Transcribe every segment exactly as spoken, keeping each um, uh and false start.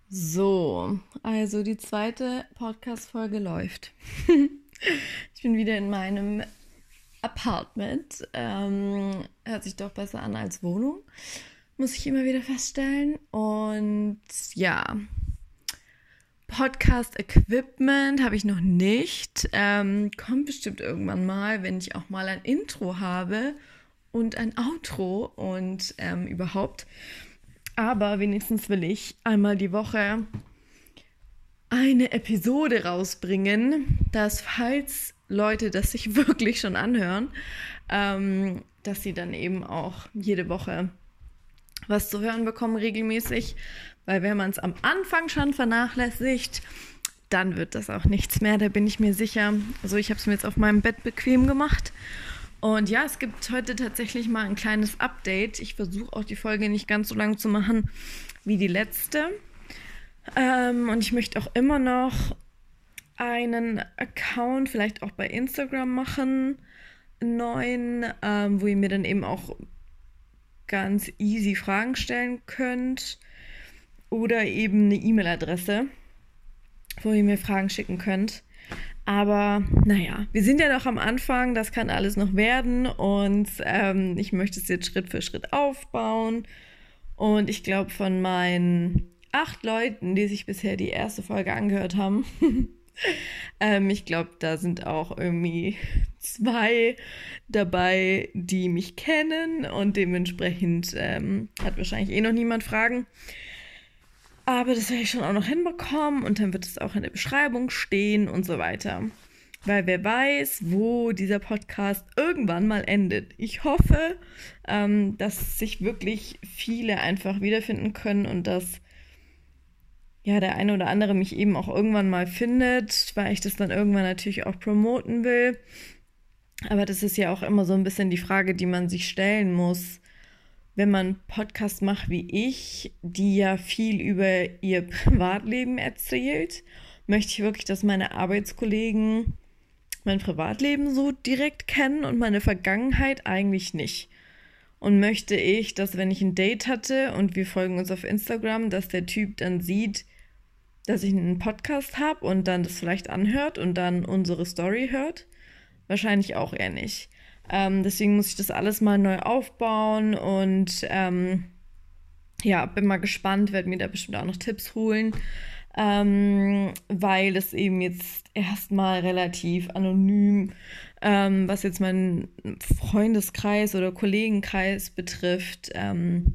So, also die zweite Podcast-Folge läuft. Ich bin wieder in meinem Apartment. Ähm, hört sich doch besser an als Wohnung, muss ich immer wieder feststellen. Und ja, Podcast-Equipment habe ich noch nicht. Ähm, kommt bestimmt irgendwann mal, wenn ich auch mal ein Intro habe und ein Outro und ähm, überhaupt. Aber wenigstens will ich einmal die Woche eine Episode rausbringen, dass falls Leute das sich wirklich schon anhören, ähm, dass sie dann eben auch jede Woche was zu hören bekommen regelmäßig. Weil wenn man es am Anfang schon vernachlässigt, dann wird das auch nichts mehr, da bin ich mir sicher. Also ich habe es mir jetzt auf meinem Bett bequem gemacht. Und ja, es gibt heute tatsächlich mal ein kleines Update. Ich versuche auch die Folge nicht ganz so lang zu machen wie die letzte. Ähm, und ich möchte auch immer noch einen Account, vielleicht auch bei Instagram machen, einen neuen, ähm, wo ihr mir dann eben auch ganz easy Fragen stellen könnt. Oder eben eine E-Mail-Adresse, wo ihr mir Fragen schicken könnt. Aber naja, wir sind ja noch am Anfang, das kann alles noch werden und ähm, ich möchte es jetzt Schritt für Schritt aufbauen. Und ich glaube, von meinen acht Leuten, die sich bisher die erste Folge angehört haben, ähm, ich glaube, da sind auch irgendwie zwei dabei, die mich kennen und dementsprechend ähm, hat wahrscheinlich eh noch niemand Fragen. Aber das werde ich schon auch noch hinbekommen und dann wird es auch in der Beschreibung stehen und so weiter. Weil wer weiß, wo dieser Podcast irgendwann mal endet. Ich hoffe, ähm, dass sich wirklich viele einfach wiederfinden können und dass ja, der eine oder andere mich eben auch irgendwann mal findet, weil ich das dann irgendwann natürlich auch promoten will. Aber das ist ja auch immer so ein bisschen die Frage, die man sich stellen muss. Wenn man Podcast macht wie ich, die ja viel über ihr Privatleben erzählt, möchte ich wirklich, dass meine Arbeitskollegen mein Privatleben so direkt kennen und meine Vergangenheit eigentlich nicht. Und möchte ich, dass wenn ich ein Date hatte und wir folgen uns auf Instagram, dass der Typ dann sieht, dass ich einen Podcast habe und dann das vielleicht anhört und dann unsere Story hört? Wahrscheinlich auch eher nicht. Ähm, deswegen muss ich das alles mal neu aufbauen und ähm, ja, bin mal gespannt, werde mir da bestimmt auch noch Tipps holen, ähm, weil es eben jetzt erstmal relativ anonym, ähm, was jetzt meinen Freundeskreis oder Kollegenkreis betrifft, ähm,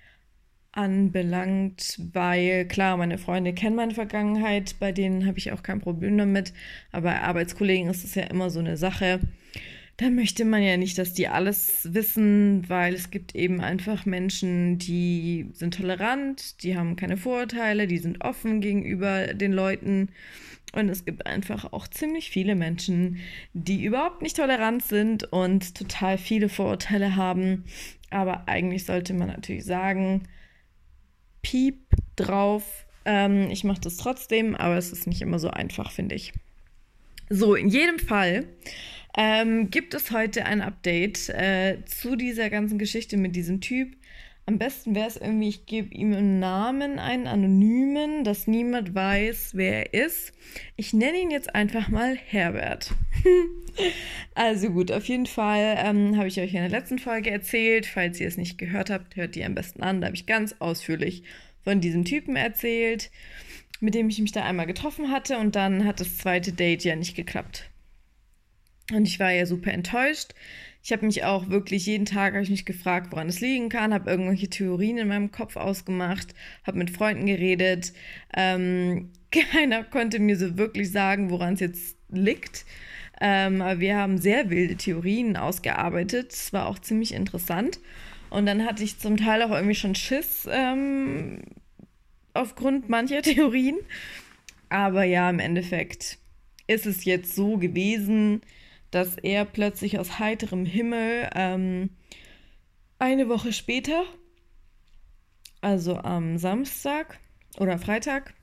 anbelangt, weil klar, meine Freunde kennen meine Vergangenheit, bei denen habe ich auch kein Problem damit, aber bei Arbeitskollegen ist es ja immer so eine Sache. Da möchte man ja nicht, dass die alles wissen, weil es gibt eben einfach Menschen, die sind tolerant, die haben keine Vorurteile, die sind offen gegenüber den Leuten. Und es gibt einfach auch ziemlich viele Menschen, die überhaupt nicht tolerant sind und total viele Vorurteile haben. Aber eigentlich sollte man natürlich sagen, Piep drauf. Ähm, ich mache das trotzdem, aber es ist nicht immer so einfach, finde ich. So, in jedem Fall ähm, gibt es heute ein Update äh, zu dieser ganzen Geschichte mit diesem Typ. Am besten wäre es irgendwie, ich gebe ihm einen Namen, einen anonymen, dass niemand weiß, wer er ist. Ich nenne ihn jetzt einfach mal Herbert. Also gut, auf jeden Fall ähm, habe ich euch in der letzten Folge erzählt. Falls ihr es nicht gehört habt, hört die am besten an. Da habe ich ganz ausführlich von diesem Typen erzählt, mit dem ich mich da einmal getroffen hatte. Und dann hat das zweite Date ja nicht geklappt. Und ich war ja super enttäuscht. Ich habe mich auch wirklich jeden Tag habe ich mich gefragt, woran es liegen kann, habe irgendwelche Theorien in meinem Kopf ausgemacht, habe mit Freunden geredet. Ähm, keiner konnte mir so wirklich sagen, woran es jetzt liegt. Ähm, aber wir haben sehr wilde Theorien ausgearbeitet. Es war auch ziemlich interessant. Und dann hatte ich zum Teil auch irgendwie schon Schiss ähm, aufgrund mancher Theorien. Aber ja, im Endeffekt ist es jetzt so gewesen, dass er plötzlich aus heiterem Himmel ähm, eine Woche später, also am Samstag oder Freitag,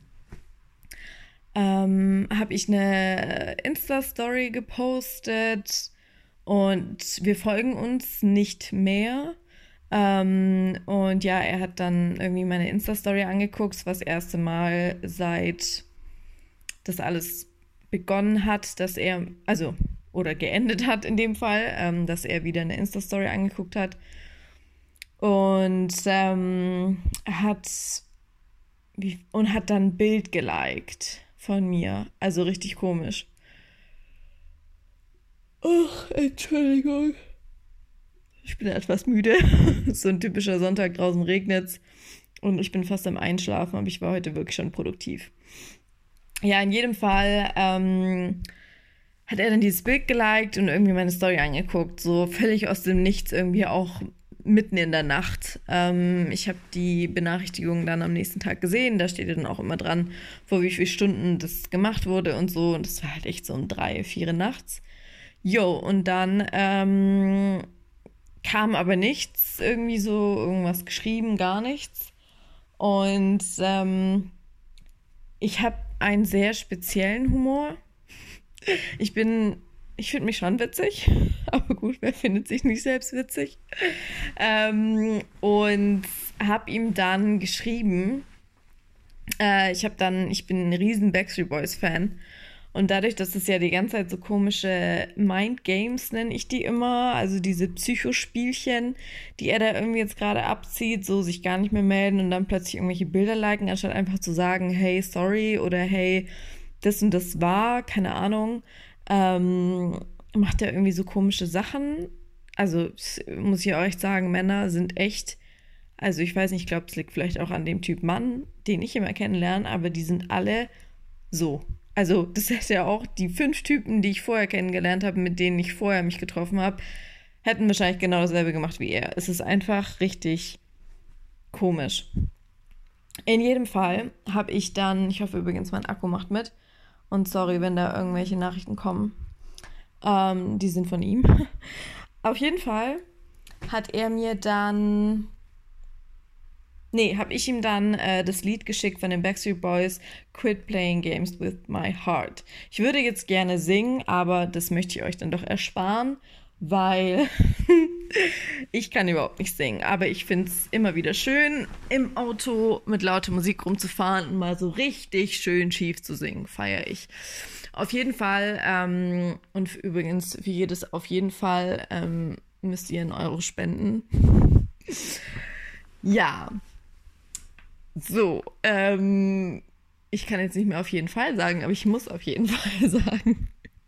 ähm, habe ich eine Insta-Story gepostet und wir folgen uns nicht mehr. Ähm, und ja, er hat dann irgendwie meine Insta-Story angeguckt. Es war das erste Mal seit das alles begonnen hat, dass er, also, oder geendet hat in dem Fall, ähm, dass er wieder eine Insta-Story angeguckt hat. Und ähm, hat wie, und hat dann ein Bild geliked von mir. Also richtig komisch. Ach, Entschuldigung. Ich bin etwas müde. So ein typischer Sonntag, draußen regnet's. Und ich bin fast am Einschlafen, aber ich war heute wirklich schon produktiv. Ja, in jedem Fall ähm, hat er dann dieses Bild geliked und irgendwie meine Story angeguckt. So völlig aus dem Nichts, irgendwie auch mitten in der Nacht. Ähm, ich habe die Benachrichtigung dann am nächsten Tag gesehen. Da steht ja dann auch immer dran, vor wie vielen Stunden das gemacht wurde und so. Und das war halt echt so um drei, vier nachts. Jo, und dann ähm, kam aber nichts, irgendwie so irgendwas geschrieben, gar nichts. Und ähm, ich habe einen sehr speziellen Humor. Ich bin, ich finde mich schon witzig, aber gut, wer findet sich nicht selbst witzig? Ähm, und habe ihm dann geschrieben, äh, ich habe dann, ich bin ein riesen Backstreet Boys Fan. Und dadurch, dass es ja die ganze Zeit so komische Mind Games, nenne ich die immer, also diese Psychospielchen, die er da irgendwie jetzt gerade abzieht, so sich gar nicht mehr melden und dann plötzlich irgendwelche Bilder liken, anstatt einfach zu sagen, hey, sorry oder hey, das und das war, keine Ahnung, ähm, macht er irgendwie so komische Sachen. Also muss ich auch echt sagen, Männer sind echt, also ich weiß nicht, ich glaube, es liegt vielleicht auch an dem Typ Mann, den ich immer kennenlerne, aber die sind alle so. Also das heißt ja auch, die fünf Typen, die ich vorher kennengelernt habe, mit denen ich vorher mich getroffen habe, hätten wahrscheinlich genau dasselbe gemacht wie er. Es ist einfach richtig komisch. In jedem Fall habe ich dann, ich hoffe übrigens, mein Akku macht mit. Und sorry, wenn da irgendwelche Nachrichten kommen. Ähm, die sind von ihm. Auf jeden Fall hat er mir dann... Nee, habe ich ihm dann äh, das Lied geschickt von den Backstreet Boys, Quit Playing Games with My Heart. Ich würde jetzt gerne singen, aber das möchte ich euch dann doch ersparen, weil ich kann überhaupt nicht singen. Aber ich finde es immer wieder schön, im Auto mit lauter Musik rumzufahren und mal so richtig schön schief zu singen. Feiere ich. Auf jeden Fall, ähm, und übrigens für jedes auf jeden Fall ähm, müsst ihr einen Euro spenden. Ja. So, ähm, ich kann jetzt nicht mehr auf jeden Fall sagen, aber ich muss auf jeden Fall sagen.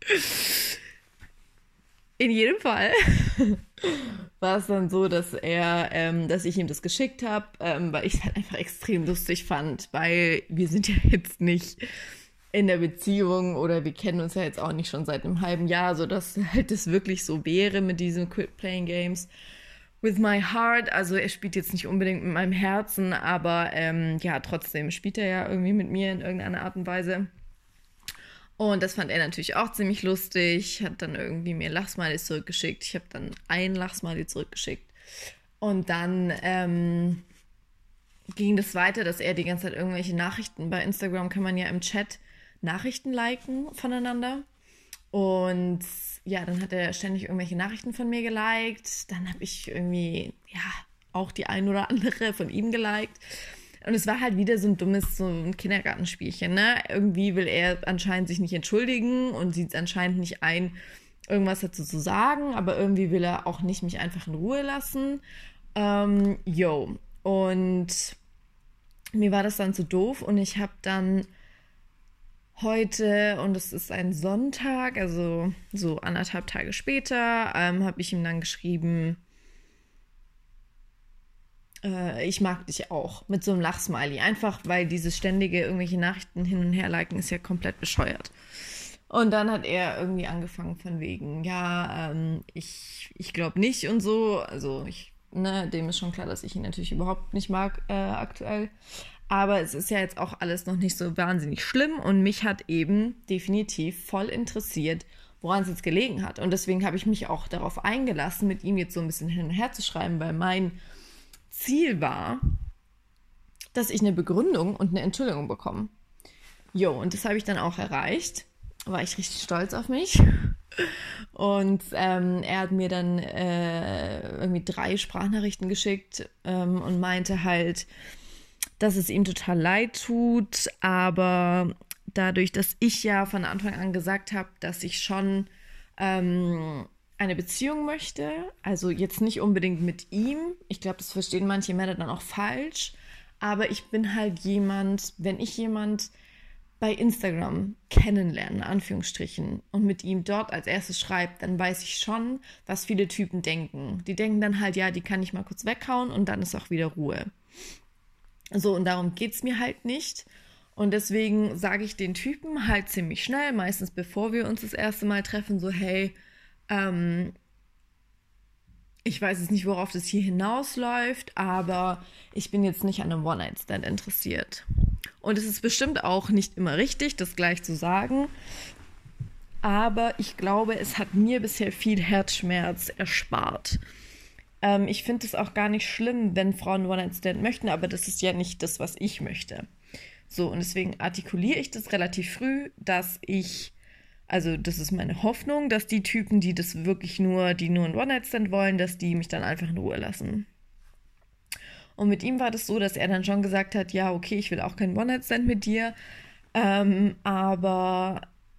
In jedem Fall war es dann so, dass er, ähm, dass ich ihm das geschickt habe, ähm, weil ich es halt einfach extrem lustig fand, weil wir sind ja jetzt nicht in der Beziehung oder wir kennen uns ja jetzt auch nicht schon seit einem halben Jahr, sodass halt das wirklich so wäre mit diesem Quit Playing Games with My Heart. Also er spielt jetzt nicht unbedingt mit meinem Herzen, aber ähm, ja, trotzdem spielt er ja irgendwie mit mir in irgendeiner Art und Weise. Und das fand er natürlich auch ziemlich lustig, hat dann irgendwie mir Lachsmiley zurückgeschickt. Ich habe dann ein Lachsmiley zurückgeschickt. Und dann ähm, ging das weiter, dass er die ganze Zeit irgendwelche Nachrichten, bei Instagram kann man ja im Chat Nachrichten liken voneinander. Und ja, dann hat er ständig irgendwelche Nachrichten von mir geliked. Dann habe ich irgendwie, ja, auch die ein oder andere von ihm geliked. Und es war halt wieder so ein dummes, so ein Kindergartenspielchen, ne? Irgendwie will er anscheinend sich nicht entschuldigen und sieht anscheinend nicht ein, irgendwas dazu zu sagen, aber irgendwie will er auch nicht mich einfach in Ruhe lassen. Ähm, yo. Und mir war das dann zu doof und ich habe dann heute, und es ist ein Sonntag, also so anderthalb Tage später, ähm, habe ich ihm dann geschrieben, äh, ich mag dich auch, mit so einem Lachsmiley. Einfach, weil dieses ständige irgendwelche Nachrichten hin und her liken ist ja komplett bescheuert. Und dann hat er irgendwie angefangen von wegen, ja, ähm, ich, ich glaube nicht und so. Also ich, ne, dem ist schon klar, dass ich ihn natürlich überhaupt nicht mag äh, aktuell. Aber es ist ja jetzt auch alles noch nicht so wahnsinnig schlimm und mich hat eben definitiv voll interessiert, woran es jetzt gelegen hat. Und deswegen habe ich mich auch darauf eingelassen, mit ihm jetzt so ein bisschen hin und her zu schreiben, weil mein Ziel war, dass ich eine Begründung und eine Entschuldigung bekomme. Jo, und das habe ich dann auch erreicht. War ich richtig stolz auf mich. Und ähm, er hat mir dann äh, irgendwie drei Sprachnachrichten geschickt ähm, und meinte halt, dass es ihm total leid tut, aber dadurch, dass ich ja von Anfang an gesagt habe, dass ich schon ähm, eine Beziehung möchte, also jetzt nicht unbedingt mit ihm, ich glaube, das verstehen manche Männer dann auch falsch, aber ich bin halt jemand, wenn ich jemand bei Instagram kennenlernen, in Anführungsstrichen, und mit ihm dort als erstes schreibt, dann weiß ich schon, was viele Typen denken. Die denken dann halt, ja, die kann ich mal kurz weghauen und dann ist auch wieder Ruhe. So, und darum geht es mir halt nicht. Und deswegen sage ich den Typen halt ziemlich schnell, meistens bevor wir uns das erste Mal treffen, so, hey, ähm, ich weiß jetzt nicht, worauf das hier hinausläuft, aber ich bin jetzt nicht an einem One-Night-Stand interessiert. Und es ist bestimmt auch nicht immer richtig, das gleich zu sagen, aber ich glaube, es hat mir bisher viel Herzschmerz erspart. Ähm, ich finde es auch gar nicht schlimm, wenn Frauen One-Night-Stand möchten, aber das ist ja nicht das, was ich möchte. So, und deswegen artikuliere ich das relativ früh, dass ich, also das ist meine Hoffnung, dass die Typen, die das wirklich nur, die nur einen One-Night-Stand wollen, dass die mich dann einfach in Ruhe lassen. Und mit ihm war das so, dass er dann schon gesagt hat, ja, okay, ich will auch keinen One-Night-Stand mit dir, ähm, aber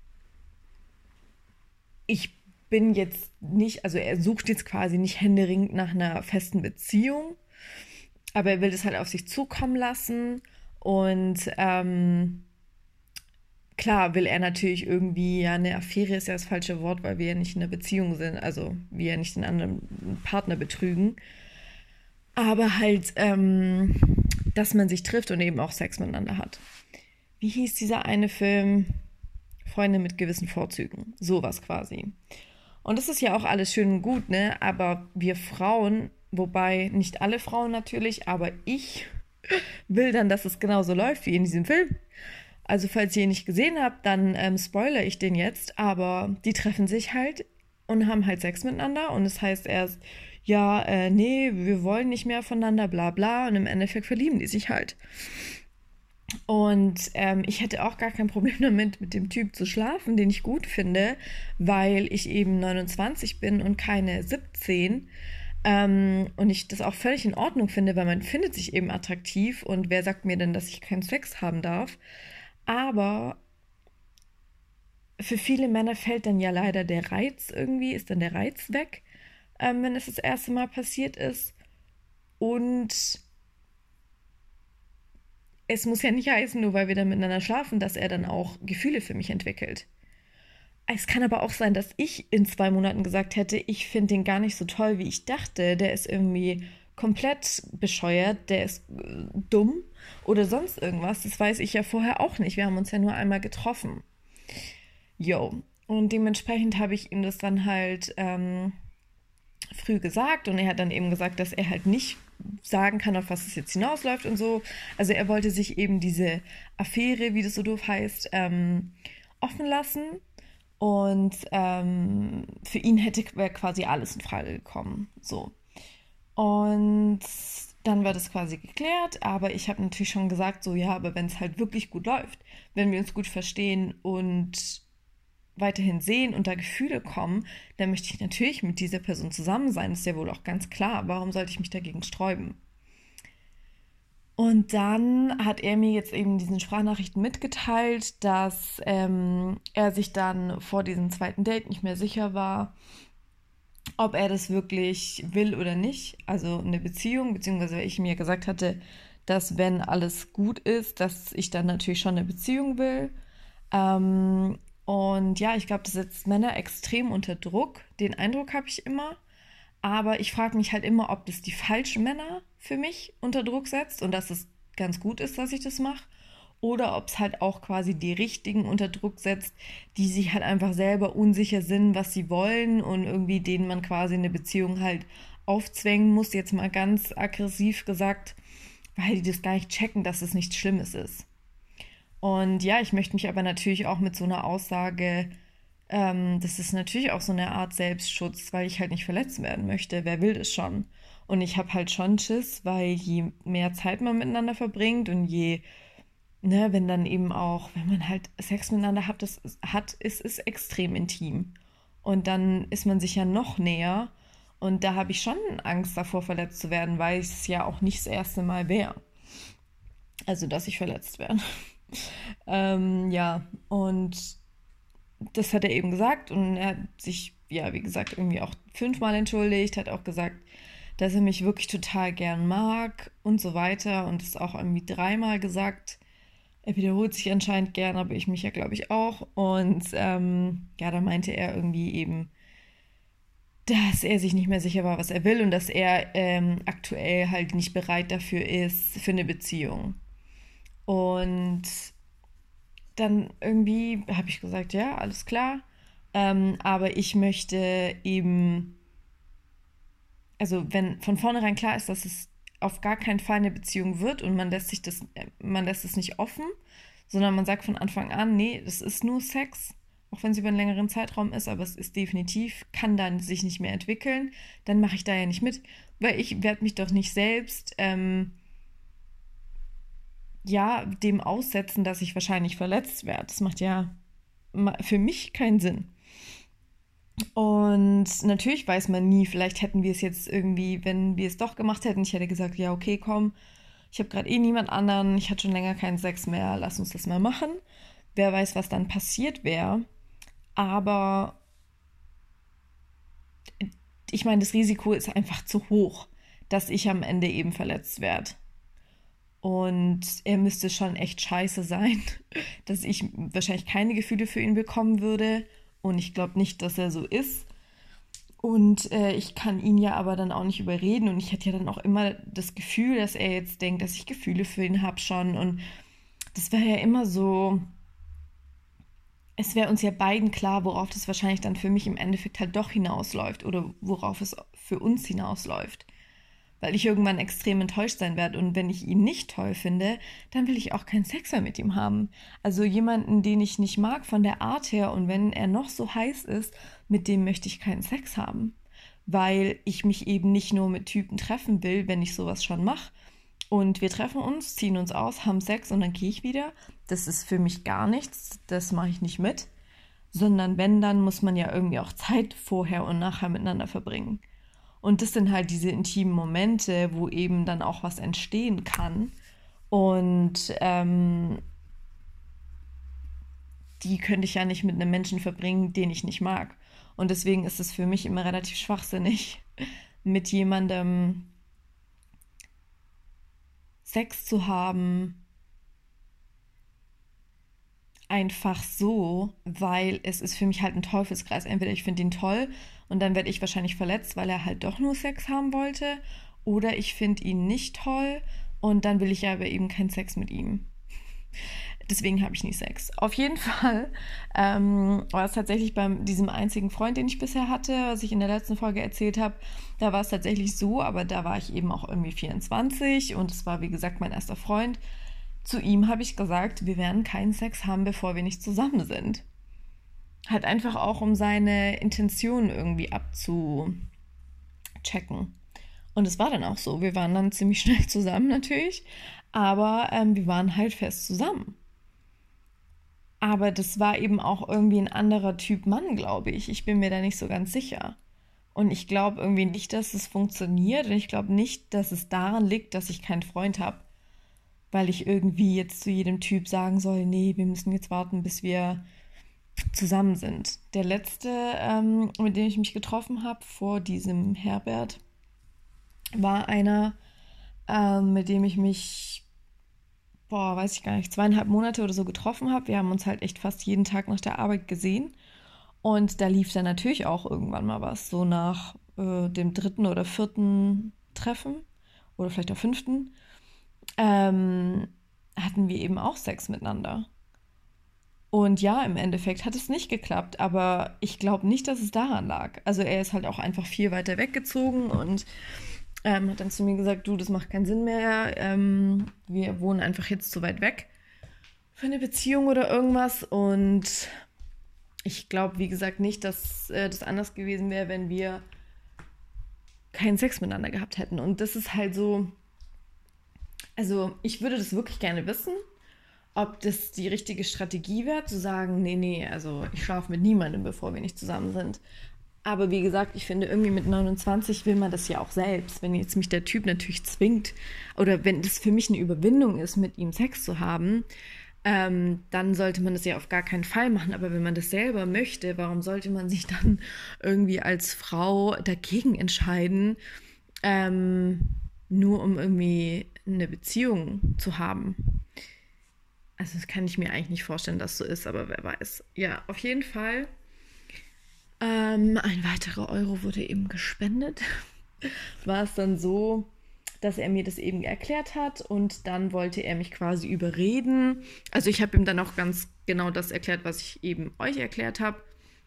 ich bin jetzt nicht, also er sucht jetzt quasi nicht händeringend nach einer festen Beziehung, aber er will das halt auf sich zukommen lassen und ähm, klar will er natürlich irgendwie, ja, eine Affäre ist ja das falsche Wort, weil wir ja nicht in einer Beziehung sind, also wir ja nicht den anderen Partner betrügen, aber halt, ähm, dass man sich trifft und eben auch Sex miteinander hat. Wie hieß dieser eine Film? Freunde mit gewissen Vorzügen. Sowas quasi. Und das ist ja auch alles schön und gut, ne? Aber wir Frauen, wobei nicht alle Frauen natürlich, aber ich will dann, dass es genauso läuft wie in diesem Film. Also falls ihr ihn nicht gesehen habt, dann ähm, spoilere ich den jetzt, aber die treffen sich halt und haben halt Sex miteinander und es heißt erst, ja, äh, nee, wir wollen nicht mehr voneinander, bla bla, und im Endeffekt verlieben die sich halt. Und ähm, ich hätte auch gar kein Problem damit, mit dem Typ zu schlafen, den ich gut finde, weil ich eben neunundzwanzig bin und keine siebzehn. Ähm, und ich das auch völlig in Ordnung finde, weil man findet sich eben attraktiv und wer sagt mir denn, dass ich keinen Sex haben darf? Aber für viele Männer fällt dann ja leider der Reiz irgendwie, ist dann der Reiz weg, ähm, wenn es das erste Mal passiert ist. Und es muss ja nicht heißen, nur weil wir dann miteinander schlafen, dass er dann auch Gefühle für mich entwickelt. Es kann aber auch sein, dass ich in zwei Monaten gesagt hätte, ich finde den gar nicht so toll, wie ich dachte. Der ist irgendwie komplett bescheuert, der ist äh, dumm oder sonst irgendwas. Das weiß ich ja vorher auch nicht. Wir haben uns ja nur einmal getroffen. Jo. Und dementsprechend habe ich ihm das dann halt ähm, früh gesagt und er hat dann eben gesagt, dass er halt nicht sagen kann, auf was es jetzt hinausläuft und so. Also er wollte sich eben diese Affäre, wie das so doof heißt, ähm, offen lassen und ähm, für ihn hätte wäre quasi alles in Frage gekommen. So. Und dann war das quasi geklärt, aber ich habe natürlich schon gesagt, so ja, aber wenn es halt wirklich gut läuft, wenn wir uns gut verstehen und weiterhin sehen und da Gefühle kommen, dann möchte ich natürlich mit dieser Person zusammen sein. Das ist ja wohl auch ganz klar. Warum sollte ich mich dagegen sträuben? Und dann hat er mir jetzt eben in diesen Sprachnachrichten mitgeteilt, dass ähm, er sich dann vor diesem zweiten Date nicht mehr sicher war, ob er das wirklich will oder nicht. Also eine Beziehung, beziehungsweise weil ich mir gesagt hatte, dass wenn alles gut ist, dass ich dann natürlich schon eine Beziehung will. Ähm, Und ja, ich glaube, das setzt Männer extrem unter Druck. Den Eindruck habe ich immer. Aber ich frage mich halt immer, ob das die falschen Männer für mich unter Druck setzt und dass es ganz gut ist, dass ich das mache. Oder ob es halt auch quasi die Richtigen unter Druck setzt, die sich halt einfach selber unsicher sind, was sie wollen und irgendwie denen man quasi eine Beziehung halt aufzwängen muss, jetzt mal ganz aggressiv gesagt, weil die das gar nicht checken, dass es nichts Schlimmes ist. Und ja, ich möchte mich aber natürlich auch mit so einer Aussage, ähm, das ist natürlich auch so eine Art Selbstschutz, weil ich halt nicht verletzt werden möchte. Wer will das schon? Und ich habe halt schon Schiss, weil je mehr Zeit man miteinander verbringt und je, ne, wenn dann eben auch, wenn man halt Sex miteinander hat, das ist, hat, ist es extrem intim. Und dann ist man sich ja noch näher. Und da habe ich schon Angst davor, verletzt zu werden, weil es ja auch nicht das erste Mal wäre. Also, dass ich verletzt werde. ähm, ja, und das hat er eben gesagt. Und er hat sich, ja, wie gesagt, irgendwie auch fünfmal entschuldigt, hat auch gesagt, dass er mich wirklich total gern mag und so weiter. Und das auch irgendwie dreimal gesagt. Er wiederholt sich anscheinend gern, aber ich mich ja, glaube ich, auch. Und ähm, ja, da meinte er irgendwie eben, dass er sich nicht mehr sicher war, was er will und dass er ähm, aktuell halt nicht bereit dafür ist, für eine Beziehung. Und dann irgendwie habe ich gesagt, ja, alles klar. Ähm, aber ich möchte eben, also wenn von vornherein klar ist, dass es auf gar keinen Fall eine Beziehung wird und man lässt sich das, man lässt es nicht offen, sondern man sagt von Anfang an, nee, das ist nur Sex, auch wenn es über einen längeren Zeitraum ist, aber es ist definitiv, kann dann sich nicht mehr entwickeln, dann mache ich da ja nicht mit, weil ich werde mich doch nicht selbst ähm, ja, dem aussetzen, dass ich wahrscheinlich verletzt werde. Das macht ja für mich keinen Sinn. Und natürlich weiß man nie, vielleicht hätten wir es jetzt irgendwie, wenn wir es doch gemacht hätten, ich hätte gesagt, ja, okay, komm, ich habe gerade eh niemand anderen, ich hatte schon länger keinen Sex mehr, lass uns das mal machen. Wer weiß, was dann passiert wäre. Aber ich meine, das Risiko ist einfach zu hoch, dass ich am Ende eben verletzt werde. Und er müsste schon echt scheiße sein, dass ich wahrscheinlich keine Gefühle für ihn bekommen würde. Und ich glaube nicht, dass er so ist. Und äh, ich kann ihn ja aber dann auch nicht überreden. Und ich hätte ja dann auch immer das Gefühl, dass er jetzt denkt, dass ich Gefühle für ihn habe schon. Und das wäre ja immer so, es wäre uns ja beiden klar, worauf das wahrscheinlich dann für mich im Endeffekt halt doch hinausläuft. Oder worauf es für uns hinausläuft. Weil ich irgendwann extrem enttäuscht sein werde. Und wenn ich ihn nicht toll finde, dann will ich auch keinen Sex mehr mit ihm haben. Also jemanden, den ich nicht mag von der Art her und wenn er noch so heiß ist, mit dem möchte ich keinen Sex haben. Weil ich mich eben nicht nur mit Typen treffen will, wenn ich sowas schon mache. Und wir treffen uns, ziehen uns aus, haben Sex und dann gehe ich wieder. Das ist für mich gar nichts, das mache ich nicht mit. Sondern wenn, dann muss man ja irgendwie auch Zeit vorher und nachher miteinander verbringen. Und das sind halt diese intimen Momente, wo eben dann auch was entstehen kann. Und ähm, die könnte ich ja nicht mit einem Menschen verbringen, den ich nicht mag. Und deswegen ist es für mich immer relativ schwachsinnig, mit jemandem Sex zu haben, einfach so, weil es ist für mich halt ein Teufelskreis. Entweder ich finde ihn toll und dann werde ich wahrscheinlich verletzt, weil er halt doch nur Sex haben wollte, oder ich finde ihn nicht toll und dann will ich aber eben keinen Sex mit ihm. Deswegen habe ich nie Sex. Auf jeden Fall ähm, war es tatsächlich bei diesem einzigen Freund, den ich bisher hatte, was ich in der letzten Folge erzählt habe, da war es tatsächlich so, aber da war ich eben auch irgendwie vierundzwanzig und es war, wie gesagt, mein erster Freund. Zu ihm habe ich gesagt, wir werden keinen Sex haben, bevor wir nicht zusammen sind. Halt einfach auch, um seine Intentionen irgendwie abzuchecken. Und es war dann auch so. Wir waren dann ziemlich schnell zusammen natürlich, aber ähm, wir waren halt fest zusammen. Aber das war eben auch irgendwie ein anderer Typ Mann, glaube ich. Ich bin mir da nicht so ganz sicher. Und ich glaube irgendwie nicht, dass es funktioniert. Und ich glaube nicht, dass es daran liegt, dass ich keinen Freund habe. Weil ich irgendwie jetzt zu jedem Typ sagen soll, nee, wir müssen jetzt warten, bis wir zusammen sind. Der letzte, ähm, mit dem ich mich getroffen habe vor diesem Herbert, war einer, ähm, mit dem ich mich, boah, weiß ich gar nicht, zweieinhalb Monate oder so getroffen habe. Wir haben uns halt echt fast jeden Tag nach der Arbeit gesehen. Und da lief dann natürlich auch irgendwann mal was, so nach äh, dem dritten oder vierten Treffen oder vielleicht auch fünften. Ähm, hatten wir eben auch Sex miteinander. Und ja, im Endeffekt hat es nicht geklappt, aber ich glaube nicht, dass es daran lag. Also er ist halt auch einfach viel weiter weggezogen und ähm, hat dann zu mir gesagt, du, das macht keinen Sinn mehr, ähm, wir wohnen einfach jetzt zu weit weg für eine Beziehung oder irgendwas. Und ich glaube, wie gesagt, nicht, dass äh, das anders gewesen wäre, wenn wir keinen Sex miteinander gehabt hätten. Und das ist halt so, also ich würde das wirklich gerne wissen, ob das die richtige Strategie wäre, zu sagen, nee, nee, also ich schlafe mit niemandem, bevor wir nicht zusammen sind. Aber wie gesagt, ich finde, irgendwie mit neunundzwanzig will man das ja auch selbst. Wenn jetzt mich der Typ natürlich zwingt oder wenn das für mich eine Überwindung ist, mit ihm Sex zu haben, ähm, dann sollte man das ja auf gar keinen Fall machen. Aber wenn man das selber möchte, warum sollte man sich dann irgendwie als Frau dagegen entscheiden, ähm, nur um irgendwie eine Beziehung zu haben? Also das kann ich mir eigentlich nicht vorstellen, dass so ist, aber wer weiß. Ja, auf jeden Fall. Ähm, ein weiterer Euro wurde eben gespendet. War es dann so, dass er mir das eben erklärt hat und dann wollte er mich quasi überreden. Also ich habe ihm dann auch ganz genau das erklärt, was ich eben euch erklärt habe,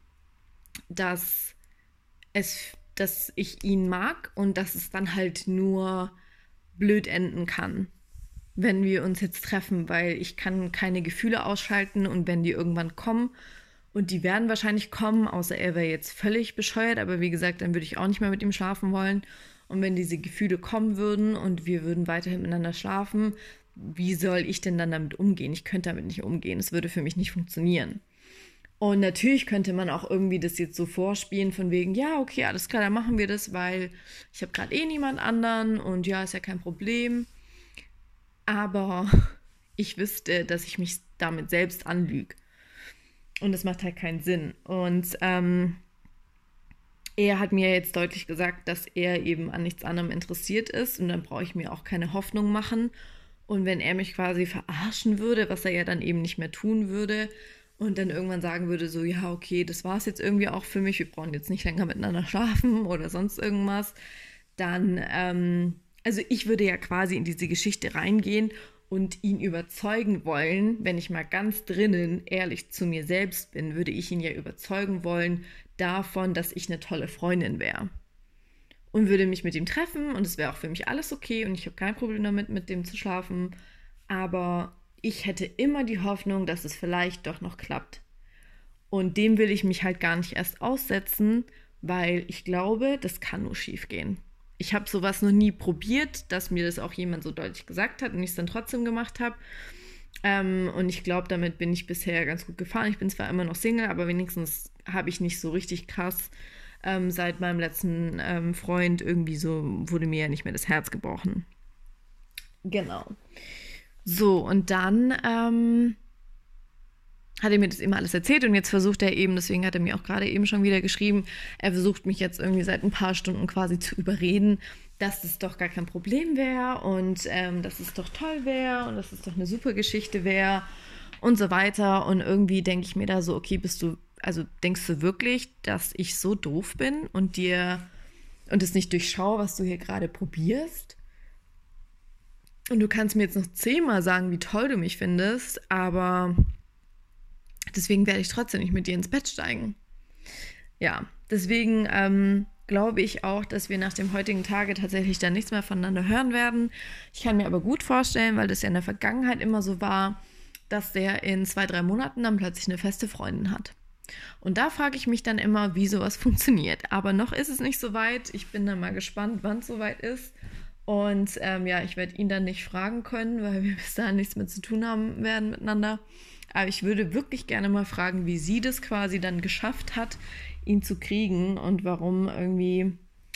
dass es, dass ich ihn mag und dass es dann halt nur blöd enden kann, wenn wir uns jetzt treffen, weil ich kann keine Gefühle ausschalten und wenn die irgendwann kommen, und die werden wahrscheinlich kommen, außer er wäre jetzt völlig bescheuert, aber wie gesagt, dann würde ich auch nicht mehr mit ihm schlafen wollen. Und wenn diese Gefühle kommen würden und wir würden weiterhin miteinander schlafen, wie soll ich denn dann damit umgehen? Ich könnte damit nicht umgehen, es würde für mich nicht funktionieren. Und natürlich könnte man auch irgendwie das jetzt so vorspielen von wegen, ja, okay, alles klar, dann machen wir das, weil ich habe gerade eh niemand anderen und ja, ist ja kein Problem. Aber ich wüsste, dass ich mich damit selbst anlüge. Und das macht halt keinen Sinn. Und ähm, er hat mir jetzt deutlich gesagt, dass er eben an nichts anderem interessiert ist. Und dann brauche ich mir auch keine Hoffnung machen. Und wenn er mich quasi verarschen würde, was er ja dann eben nicht mehr tun würde, und dann irgendwann sagen würde, so, ja, okay, das war es jetzt irgendwie auch für mich, wir brauchen jetzt nicht länger miteinander schlafen oder sonst irgendwas, dann, ähm, also ich würde ja quasi in diese Geschichte reingehen und ihn überzeugen wollen, wenn ich mal ganz drinnen ehrlich zu mir selbst bin, würde ich ihn ja überzeugen wollen davon, dass ich eine tolle Freundin wäre. Und würde mich mit ihm treffen und es wäre auch für mich alles okay und ich habe kein Problem damit, mit dem zu schlafen. Aber ich hätte immer die Hoffnung, dass es vielleicht doch noch klappt. Und dem will ich mich halt gar nicht erst aussetzen, weil ich glaube, das kann nur schief gehen. Ich habe sowas noch nie probiert, dass mir das auch jemand so deutlich gesagt hat und ich es dann trotzdem gemacht habe. Ähm, und ich glaube, damit bin ich bisher ganz gut gefahren. Ich bin zwar immer noch Single, aber wenigstens habe ich nicht so richtig krass ähm, seit meinem letzten ähm, Freund irgendwie so, wurde mir ja nicht mehr das Herz gebrochen. Genau. So, und dann ähm, hat er mir das immer alles erzählt und jetzt versucht er eben, deswegen hat er mir auch gerade eben schon wieder geschrieben, er versucht mich jetzt irgendwie seit ein paar Stunden quasi zu überreden, dass es doch gar kein Problem wäre und ähm, dass es doch toll wäre und dass es doch eine super Geschichte wäre und so weiter. Und irgendwie denke ich mir da so, okay, bist du, also denkst du wirklich, dass ich so doof bin und dir und es nicht durchschaue, was du hier gerade probierst? Und du kannst mir jetzt noch zehnmal sagen, wie toll du mich findest, aber deswegen werde ich trotzdem nicht mit dir ins Bett steigen. Ja, deswegen ähm, glaube ich auch, dass wir nach dem heutigen Tage tatsächlich dann nichts mehr voneinander hören werden. Ich kann mir aber gut vorstellen, weil das ja in der Vergangenheit immer so war, dass der in zwei, drei Monaten dann plötzlich eine feste Freundin hat. Und da frage ich mich dann immer, wie sowas funktioniert. Aber noch ist es nicht so weit. Ich bin dann mal gespannt, wann es soweit ist. Und ähm, ja, ich werde ihn dann nicht fragen können, weil wir bis dahin nichts mehr zu tun haben werden miteinander. Aber ich würde wirklich gerne mal fragen, wie sie das quasi dann geschafft hat, ihn zu kriegen und warum irgendwie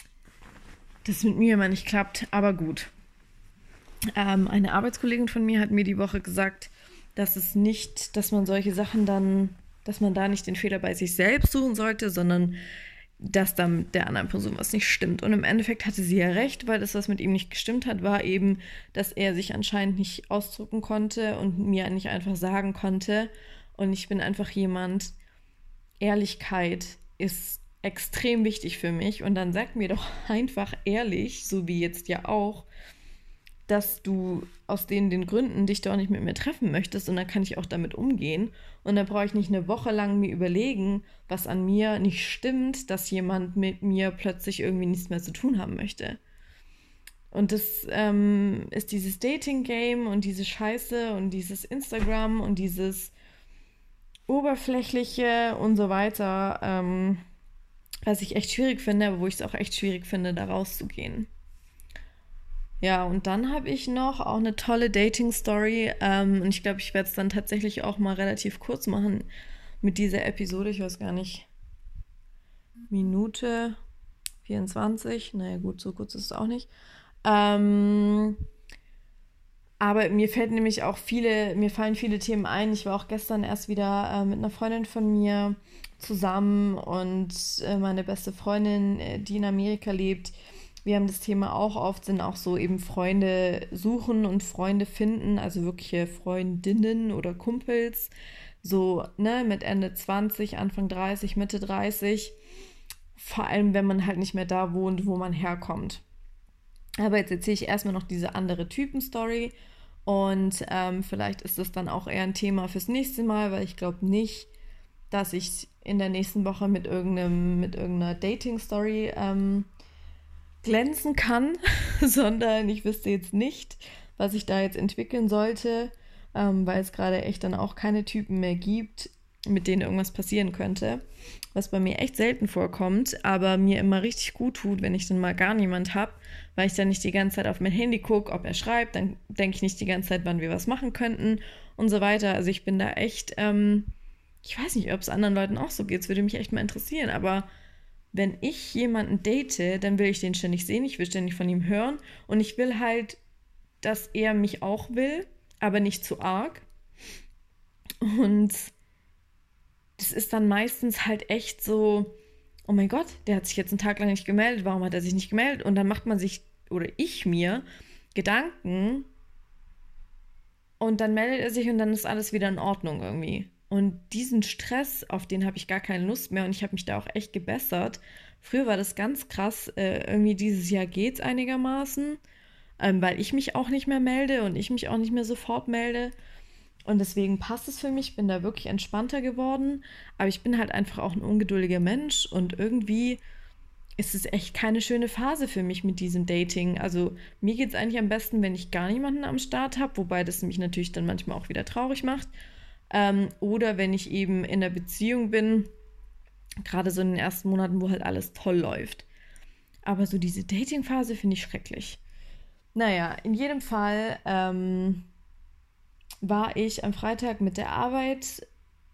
das mit mir immer nicht klappt. Aber gut. Ähm, eine Arbeitskollegin von mir hat mir die Woche gesagt, dass es nicht, dass man solche Sachen dann, dass man da nicht den Fehler bei sich selbst suchen sollte, sondern dass da mit der anderen Person was nicht stimmt. Und im Endeffekt hatte sie ja recht, weil das, was mit ihm nicht gestimmt hat, war eben, dass er sich anscheinend nicht ausdrücken konnte und mir nicht einfach sagen konnte. Und ich bin einfach jemand, Ehrlichkeit ist extrem wichtig für mich. Und dann sag mir doch einfach ehrlich, so wie jetzt ja auch, dass du aus den, den Gründen dich doch nicht mit mir treffen möchtest und dann kann ich auch damit umgehen und dann brauche ich nicht eine Woche lang mir überlegen, was an mir nicht stimmt, dass jemand mit mir plötzlich irgendwie nichts mehr zu tun haben möchte. Und das ähm, ist dieses Dating-Game und diese Scheiße und dieses Instagram und dieses Oberflächliche und so weiter, ähm, was ich echt schwierig finde, aber wo ich es auch echt schwierig finde, da rauszugehen. Ja, und dann habe ich noch auch eine tolle Dating-Story. Ähm, und ich glaube, ich werde es dann tatsächlich auch mal relativ kurz machen mit dieser Episode. Ich weiß gar nicht, Minute vierundzwanzig. Naja, gut, so kurz ist es auch nicht. Ähm, aber mir fällt nämlich auch viele, mir fallen viele Themen ein. Ich war auch gestern erst wieder äh, mit einer Freundin von mir zusammen und äh, meine beste Freundin, äh, die in Amerika lebt, wir haben das Thema auch oft, sind auch so eben Freunde suchen und Freunde finden, also wirkliche Freundinnen oder Kumpels, so, ne, mit Ende zwanzig, Anfang dreißig, Mitte dreißig, vor allem wenn man halt nicht mehr da wohnt, wo man herkommt. Aber jetzt erzähle ich erstmal noch diese andere Typen-Story und ähm, vielleicht ist das dann auch eher ein Thema fürs nächste Mal, weil ich glaube nicht, dass ich in der nächsten Woche mit irgendeinem, mit irgendeiner Dating-Story ähm, glänzen kann, sondern ich wüsste jetzt nicht, was ich da jetzt entwickeln sollte, ähm, weil es gerade echt dann auch keine Typen mehr gibt, mit denen irgendwas passieren könnte, was bei mir echt selten vorkommt, aber mir immer richtig gut tut, wenn ich dann mal gar niemand habe, weil ich dann nicht die ganze Zeit auf mein Handy gucke, ob er schreibt, dann denke ich nicht die ganze Zeit, wann wir was machen könnten und so weiter. Also ich bin da echt, ähm, ich weiß nicht, ob es anderen Leuten auch so geht, es würde mich echt mal interessieren, aber wenn ich jemanden date, dann will ich den ständig sehen, ich will ständig von ihm hören und ich will halt, dass er mich auch will, aber nicht zu arg. Und das ist dann meistens halt echt so, oh mein Gott, der hat sich jetzt einen Tag lang nicht gemeldet, warum hat er sich nicht gemeldet? Und dann macht man sich, oder ich mir, Gedanken und dann meldet er sich und dann ist alles wieder in Ordnung irgendwie. Und diesen Stress, auf den habe ich gar keine Lust mehr und ich habe mich da auch echt gebessert. Früher war das ganz krass, äh, irgendwie dieses Jahr geht's einigermaßen, ähm, weil ich mich auch nicht mehr melde und ich mich auch nicht mehr sofort melde. Und deswegen passt es für mich, bin da wirklich entspannter geworden. Aber ich bin halt einfach auch ein ungeduldiger Mensch und irgendwie ist es echt keine schöne Phase für mich mit diesem Dating. Also mir geht es eigentlich am besten, wenn ich gar niemanden am Start habe, wobei das mich natürlich dann manchmal auch wieder traurig macht. Ähm, oder wenn ich eben in der Beziehung bin, gerade so in den ersten Monaten, wo halt alles toll läuft. Aber so diese Dating-Phase finde ich schrecklich. Naja, in jedem Fall ähm, war ich am Freitag mit der Arbeit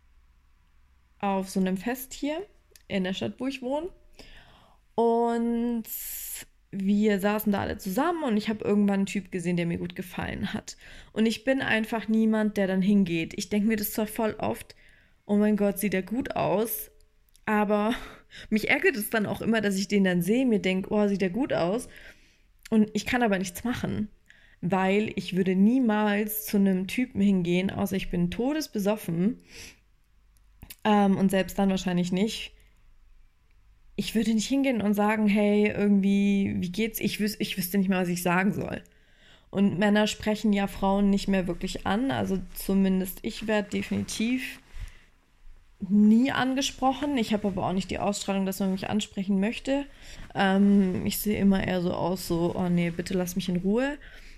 auf so einem Fest hier in der Stadt, wo ich wohne. Und wir saßen da alle zusammen und ich habe irgendwann einen Typ gesehen, der mir gut gefallen hat. Und ich bin einfach niemand, der dann hingeht. Ich denke mir das zwar voll oft, oh mein Gott, sieht er gut aus, aber mich ärgert es dann auch immer, dass ich den dann sehe, mir denke, oh, sieht er gut aus. Und ich kann aber nichts machen, weil ich würde niemals zu einem Typen hingehen, außer ich bin todesbesoffen. Ähm, und selbst dann wahrscheinlich nicht. Ich würde nicht hingehen und sagen, hey, irgendwie, wie geht's? Ich, wüs ich wüsste nicht mal, was ich sagen soll. Und Männer sprechen ja Frauen nicht mehr wirklich an. Also zumindest ich werde definitiv nie angesprochen. Ich habe aber auch nicht die Ausstrahlung, dass man mich ansprechen möchte. Ähm, ich sehe immer eher so aus, so, oh nee, bitte lass mich in Ruhe.